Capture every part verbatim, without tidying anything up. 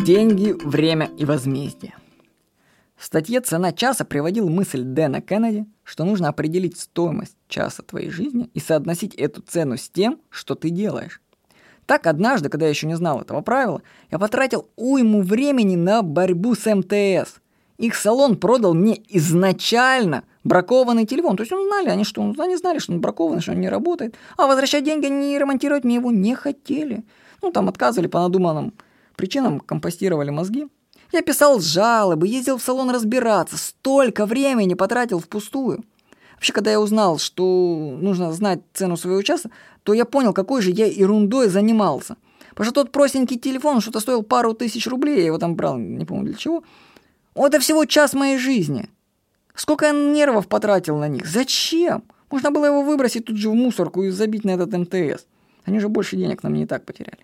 Деньги, время и возмездие. В статье «Цена часа» приводил мысль Дэна Кеннеди, что нужно определить стоимость часа твоей жизни и соотносить эту цену с тем, что ты делаешь. Так однажды, когда я еще не знал этого правила, я потратил уйму времени на борьбу с эм тэ эс. Их салон продал мне изначально бракованный телефон. То есть ну, знали они, что он, они знали, что он бракованный, что он не работает. А возвращать деньги, не ремонтировать мне его не хотели. Ну, там отказывали по надуманным причинам, компостировали мозги. Я писал жалобы, ездил в салон разбираться, столько времени потратил впустую. Вообще, когда я узнал, что нужно знать цену своего часа, то я понял, какой же я ерундой занимался. Потому что тот простенький телефон что-то стоил пару тысяч рублей, я его там брал, не помню для чего. Это всего час моей жизни. Сколько я нервов потратил на них? Зачем? Можно было его выбросить тут же в мусорку и забить на этот эм тэ эс. Они же больше денег на мне и так потеряли.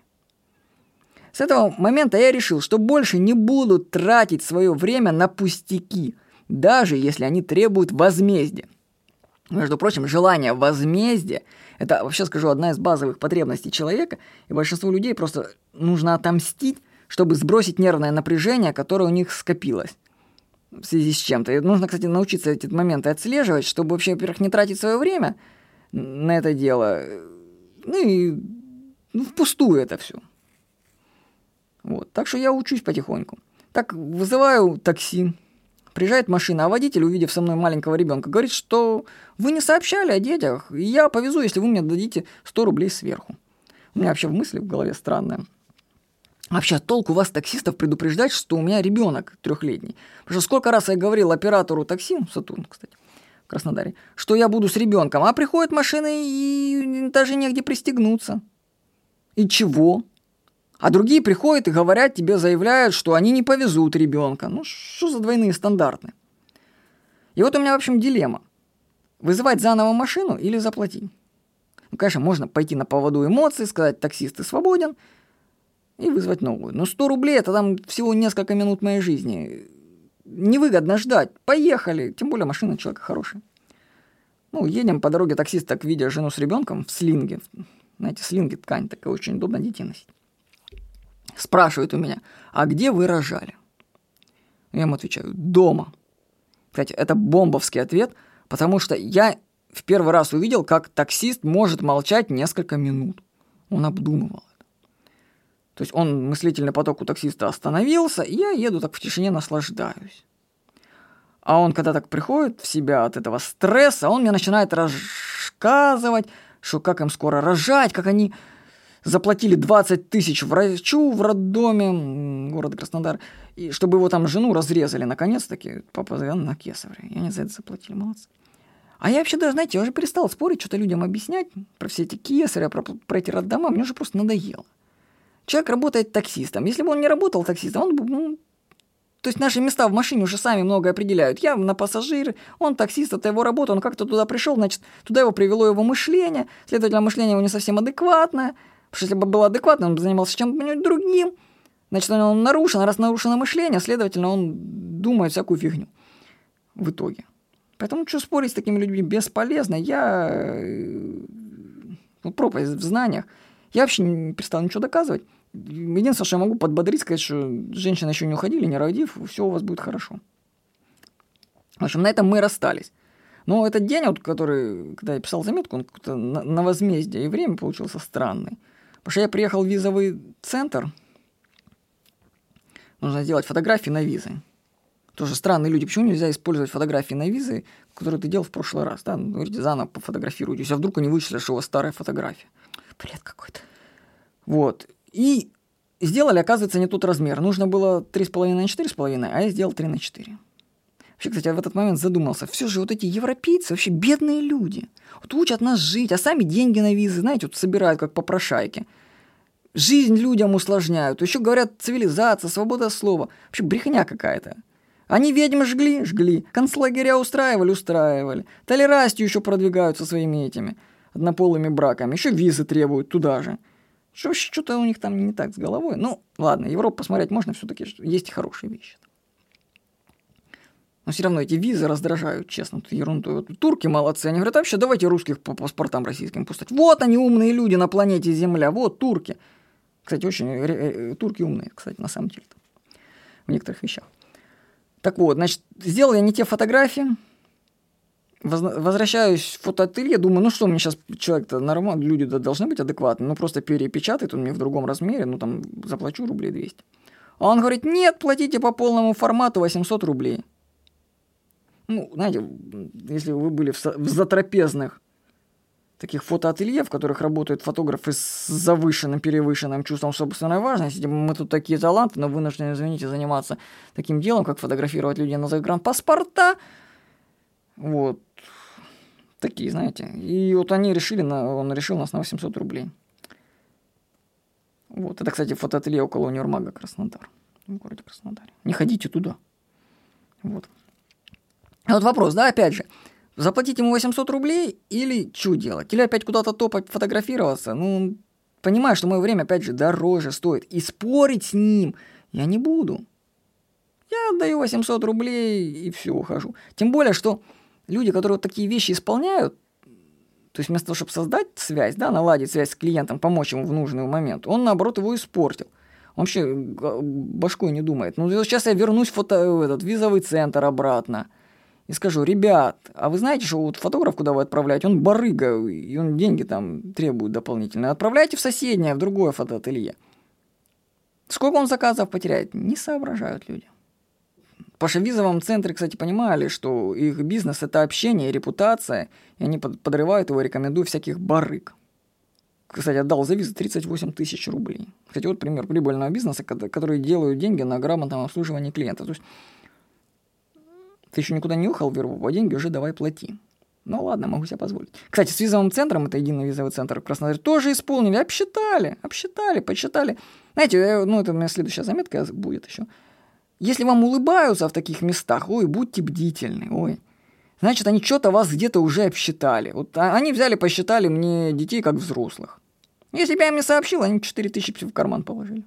С этого момента я решил, что больше не буду тратить свое время на пустяки, даже если они требуют возмездия. Между прочим, желание возмездия – это, вообще скажу, одна из базовых потребностей человека, и большинству людей просто нужно отомстить, чтобы сбросить нервное напряжение, которое у них скопилось в связи с чем-то. И нужно, кстати, научиться эти моменты отслеживать, чтобы вообще, во-первых, не тратить свое время на это дело, ну и ну, впустую это все. Вот. Так что я учусь потихоньку. Так, вызываю такси. Приезжает машина, а водитель, увидев со мной маленького ребенка, говорит, что вы не сообщали о детях, и я повезу, если вы мне дадите сто рублей сверху. У меня вообще в мысли в голове странная. Вообще, толку вас, таксистов, предупреждать, что у меня ребенок трехлетний. Потому что сколько раз я говорил оператору такси, Сатурн, кстати, в Краснодаре, что я буду с ребенком, а приходят машины и даже негде пристегнуться. И чего? А другие приходят и говорят тебе, заявляют, что они не повезут ребенка. Ну, что за двойные стандарты? И вот у меня, в общем, дилемма. Вызывать заново машину или заплатить? Ну, конечно, можно пойти на поводу эмоций, сказать, таксист, ты свободен, и вызвать новую. Но сто рублей – это там всего несколько минут моей жизни. Невыгодно ждать. Поехали. Тем более машина человека хорошая. Ну, едем по дороге, таксист, так видя жену с ребенком в слинге. Знаете, слинги ткань такая, очень удобно детей носить. Спрашивает у меня, а где вы рожали? Я ему отвечаю, дома. Кстати, это бомбовский ответ, потому что я в первый раз увидел, как таксист может молчать несколько минут. Он обдумывал это. То есть он, мыслительный поток у таксиста остановился, и я еду так в тишине, наслаждаюсь. А он, когда так приходит в себя от этого стресса, он мне начинает рассказывать, что как им скоро рожать, как они... заплатили двадцать тысяч врачу в роддоме города Краснодар, и чтобы его там жену разрезали наконец-таки, папа завел на кесаря. И они за это заплатили, молодцы. А я вообще даже, знаете, я уже перестал спорить, что-то людям объяснять про все эти кесаря, про, про эти роддома, мне уже просто надоело. Человек работает таксистом. Если бы он не работал таксистом, он бы... Ну, то есть наши места в машине уже сами многое определяют. Я на пассажир, он таксист, это его работа, он как-то туда пришел, значит, туда его привело его мышление, следовательно, мышление его не совсем адекватное. Потому что если бы было адекватно, он бы занимался чем-то другим. Значит, он нарушен, а раз нарушено мышление, следовательно, он думает всякую фигню в итоге. Поэтому что спорить с такими людьми бесполезно. Я... Ну, пропасть в знаниях. Я вообще не перестал ничего доказывать. Единственное, что я могу подбодрить, сказать, что женщины еще не уходили, не родив, все у вас будет хорошо. В общем, на этом мы расстались. Но этот день, вот, который, когда я писал заметку, он как-то на, на возмездие, и время получился странный. Потому что я приехал в визовый центр, нужно сделать фотографии на визы. Тоже странные люди. Почему нельзя использовать фотографии на визы, которые ты делал в прошлый раз? Да? Ну, говорите, заново пофотографируйтесь, а вдруг они вычислят, что у вас старая фотография. Бред какой-то. Вот. И сделали, оказывается, не тот размер. Нужно было три с половиной на четыре с половиной, а я сделал три на четыре. Вообще, кстати, я в этот момент задумался. Все же вот эти европейцы вообще бедные люди. Вот учат нас жить, а сами деньги на визы, знаете, вот собирают как попрошайки. Жизнь людям усложняют. Еще говорят цивилизация, свобода слова. Вообще брехня какая-то. Они ведьм жгли, жгли. Концлагеря устраивали, устраивали. Толерастию еще продвигают со своими этими однополыми браками. Еще визы требуют туда же. Что, что-то у них там не так с головой. Ну, ладно, Европу посмотреть можно все-таки. Есть и хорошие вещи. Но все равно эти визы раздражают, честно, тут ерунду. Вот турки молодцы, они говорят, вообще давайте русских по паспортам российским пустить. Вот они умные люди на планете Земля, вот турки. Кстати, очень турки умные, кстати, на самом деле. в некоторых вещах. Так вот, значит, сделал я не те фотографии, возвращаюсь в фотоателье, думаю, ну что, мне сейчас человек-то нормально, люди должны быть адекватны, ну просто перепечатает он мне в другом размере, ну там заплачу рублей двести. А он говорит, нет, платите по полному формату восемьсот рублей. Ну, знаете, если вы были в, в затрапезных таких фотоателье, в которых работают фотографы с завышенным, перевышенным чувством собственной важности, типа, мы тут такие таланты, но вынуждены, извините, заниматься таким делом, как фотографировать людей на загранпаспорта. Вот. Такие, знаете. И вот они решили, на, он решил нас на восемьсот рублей. Вот. Это, кстати, фотоателье около универмага Краснодар. В городе Краснодаре. Не ходите туда. Вот. А вот вопрос, да, опять же. Заплатить ему восемьсот рублей или что делать? Или опять куда-то топать, фотографироваться? Ну, понимаю, что мое время, опять же, дороже стоит. И спорить с ним я не буду. Я отдаю восемьсот рублей и все, ухожу. Тем более, что люди, которые вот такие вещи исполняют, то есть вместо того, чтобы создать связь, да, наладить связь с клиентом, помочь ему в нужный момент, он, наоборот, его испортил. Он вообще башкой не думает. Ну, сейчас я вернусь в, фото, в этот визовый центр обратно. И скажу, ребят, а вы знаете, что вот фотограф, куда вы отправляете, он барыга, и он деньги там требует дополнительные. Отправляйте в соседнее, в другое фотоателье. Сколько он заказов потеряет? Не соображают люди. Потому что в визовом центре, кстати, понимали, что их бизнес – это общение, репутация, и они подрывают его, рекомендуя всяких барыг. Кстати, отдал за визу тридцать восемь тысяч рублей. Кстати, вот пример прибыльного бизнеса, которые делают деньги на грамотном обслуживании клиента. То есть ты еще никуда не уехал в Европу, а деньги уже давай плати. Ну ладно, могу себе позволить. Кстати, с визовым центром, это единый визовый центр в Краснодаре, тоже исполнили, обсчитали, обсчитали, подсчитали. Знаете, ну это у меня следующая заметка будет еще. Если вам улыбаются в таких местах, ой, будьте бдительны, ой. Значит, они что-то вас где-то уже обсчитали. Вот они взяли, посчитали мне детей как взрослых. Если бы я им не сообщил, они четыре тысячи в карман положили.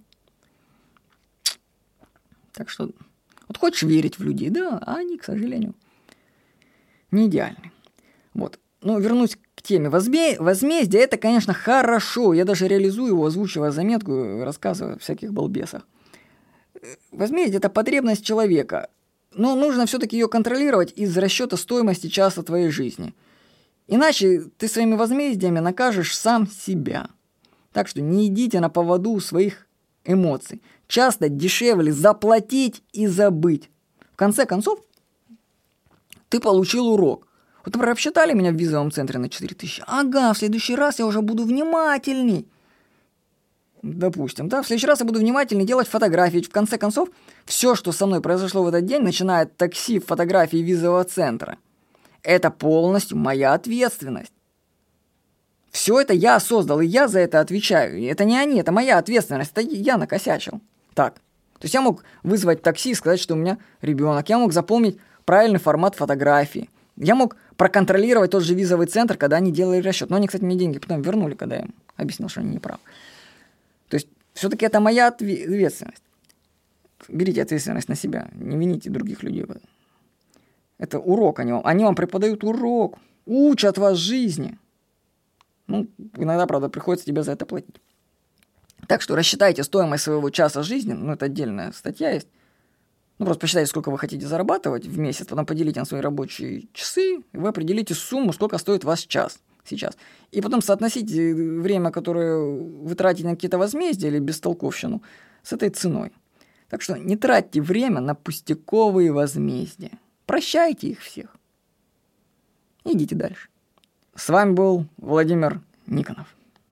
Так что... Вот хочешь верить в людей, да, а они, к сожалению, не идеальны. Вот. Но вернусь к теме возме... возмездия. Это, конечно, хорошо. Я даже реализую его, озвучивая заметку, рассказывая о всяких балбесах. Возмездие – это потребность человека. Но нужно все-таки ее контролировать из расчета стоимости часа твоей жизни. Иначе ты своими возмездиями накажешь сам себя. Так что не идите на поводу у своих эмоций. Часто дешевле заплатить и забыть. В конце концов, ты получил урок. Вот, например, обсчитали меня в визовом центре на четыре тысячи. Ага, в следующий раз я уже буду внимательней. Допустим, да, в следующий раз я буду внимательней делать фотографии. В конце концов, все, что со мной произошло в этот день, начиная от такси, фотографии визового центра, это полностью моя ответственность. Все это я создал, и я за это отвечаю. И это не они, это моя ответственность, это я накосячил. Так. То есть я мог вызвать такси и сказать, что у меня ребенок. Я мог запомнить правильный формат фотографии. Я мог проконтролировать тот же визовый центр, когда они делали расчет. Но они, кстати, мне деньги потом вернули, когда я им объяснил, что они не правы. То есть все-таки это моя ответственность. Берите ответственность на себя, не вините других людей. Это урок они вам. Они вам преподают урок, учат вас жизни. Ну, иногда, правда, приходится тебе за это платить. Так что рассчитайте стоимость своего часа жизни, ну, это отдельная статья есть. Ну, просто посчитайте, сколько вы хотите зарабатывать в месяц, потом поделите на свои рабочие часы, и вы определите сумму, сколько стоит ваш час сейчас. И потом соотносите время, которое вы тратите на какие-то возмездия или бестолковщину, с этой ценой. Так что не тратьте время на пустяковые возмездия. Прощайте их всех. Идите дальше. С вами был Владимир Никонов.